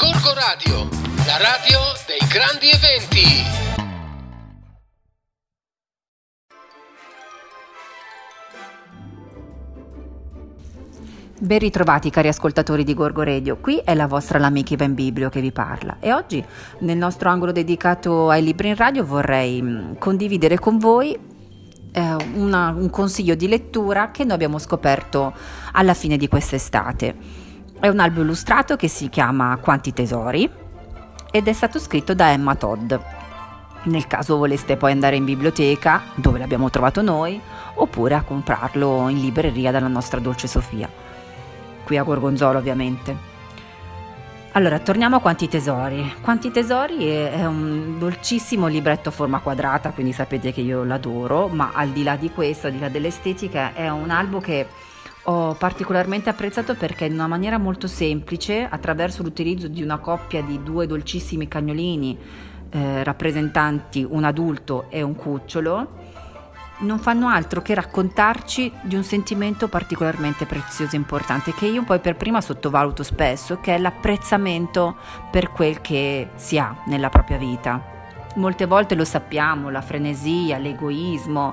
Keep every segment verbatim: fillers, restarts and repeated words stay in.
Gorgo Radio, la radio dei grandi eventi. Ben ritrovati cari ascoltatori di Gorgo Radio, qui è la vostra L'Amica Iva in Biblio che vi parla e oggi nel nostro angolo dedicato ai libri in radio vorrei mh, condividere con voi eh, una, un consiglio di lettura che noi abbiamo scoperto alla fine di quest'estate. È un albo illustrato che si chiama Quanti tesori ed è stato scritto da Emma Todd. Nel caso voleste poi andare in biblioteca, dove l'abbiamo trovato noi, oppure a comprarlo in libreria dalla nostra dolce Sofia, qui a Gorgonzola ovviamente. Allora, torniamo a Quanti tesori. Quanti tesori è, è un dolcissimo libretto a forma quadrata, quindi sapete che io l'adoro, ma al di là di questo, al di là dell'estetica, è un albo che ho particolarmente apprezzato perché in una maniera molto semplice, attraverso l'utilizzo di una coppia di due dolcissimi cagnolini eh, rappresentanti un adulto e un cucciolo, non fanno altro che raccontarci di un sentimento particolarmente prezioso e importante che io poi per prima sottovaluto spesso, che è l'apprezzamento per quel che si ha nella propria vita. Molte volte lo sappiamo, la frenesia, l'egoismo,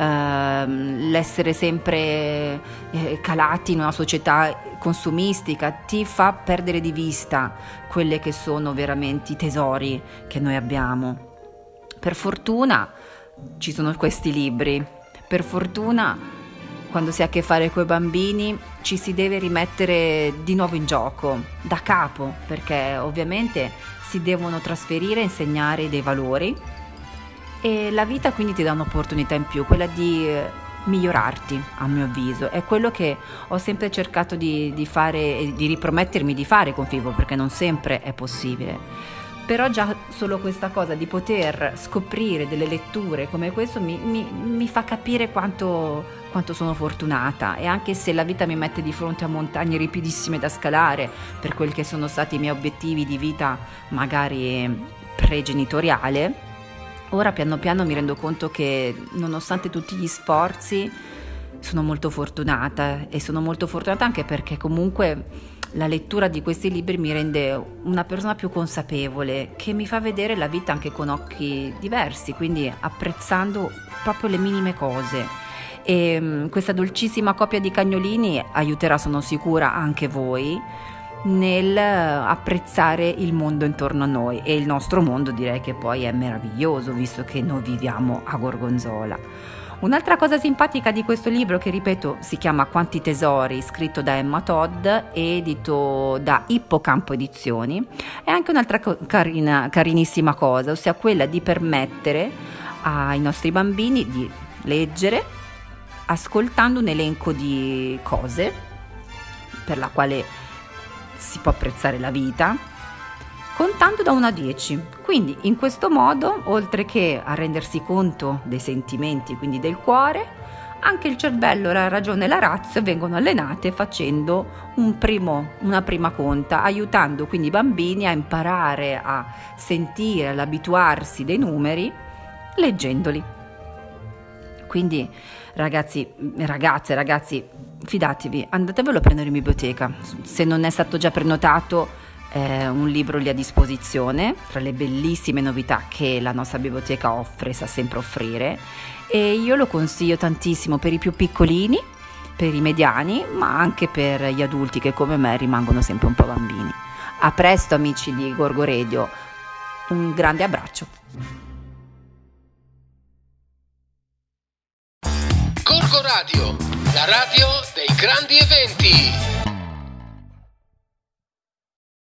ehm, l'essere sempre eh, calati in una società consumistica ti fa perdere di vista quelle che sono veramente i tesori che noi abbiamo. Per fortuna ci sono questi libri, per fortuna quando si ha a che fare con i bambini ci si deve rimettere di nuovo in gioco, da capo, perché ovviamente si devono trasferire e insegnare dei valori e la vita quindi ti dà un'opportunità in più, quella di migliorarti, a mio avviso. È quello che ho sempre cercato di, di fare e di ripromettermi di fare con Fibo, perché non sempre è possibile. Però già solo questa cosa di poter scoprire delle letture come questo mi, mi, mi fa capire quanto, quanto sono fortunata, e anche se la vita mi mette di fronte a montagne ripidissime da scalare per quel che sono stati i miei obiettivi di vita magari pregenitoriale, ora piano piano mi rendo conto che nonostante tutti gli sforzi sono molto fortunata, e sono molto fortunata anche perché comunque la lettura di questi libri mi rende una persona più consapevole, che mi fa vedere la vita anche con occhi diversi, quindi apprezzando proprio le minime cose. E um, questa dolcissima coppia di cagnolini aiuterà, sono sicura, anche voi nel apprezzare il mondo intorno a noi, e il nostro mondo direi che poi è meraviglioso, visto che noi viviamo a Gorgonzola. Un'altra cosa simpatica di questo libro, che ripeto si chiama Quanti tesori, scritto da Emma Todd, edito da Ippocampo Edizioni, è anche un'altra carina, carinissima cosa, ossia quella di permettere ai nostri bambini di leggere ascoltando un elenco di cose per la quale si può apprezzare la vita, contando da uno a dieci. Quindi in questo modo, oltre che a rendersi conto dei sentimenti, quindi del cuore, anche il cervello, la ragione e la razza vengono allenate facendo un primo, una prima conta, aiutando quindi i bambini a imparare a sentire, ad abituarsi dei numeri leggendoli. Quindi ragazzi, ragazze, ragazzi, fidatevi, andatevelo a prendere in biblioteca. Se non è stato già prenotato, Eh, un libro lì a disposizione, tra le bellissime novità che la nostra biblioteca offre, sa sempre offrire, e io lo consiglio tantissimo per i più piccolini, per i mediani, ma anche per gli adulti che come me rimangono sempre un po' bambini. A presto amici di Gorgo Radio, un grande abbraccio. Gorgo Radio, la radio dei grandi eventi.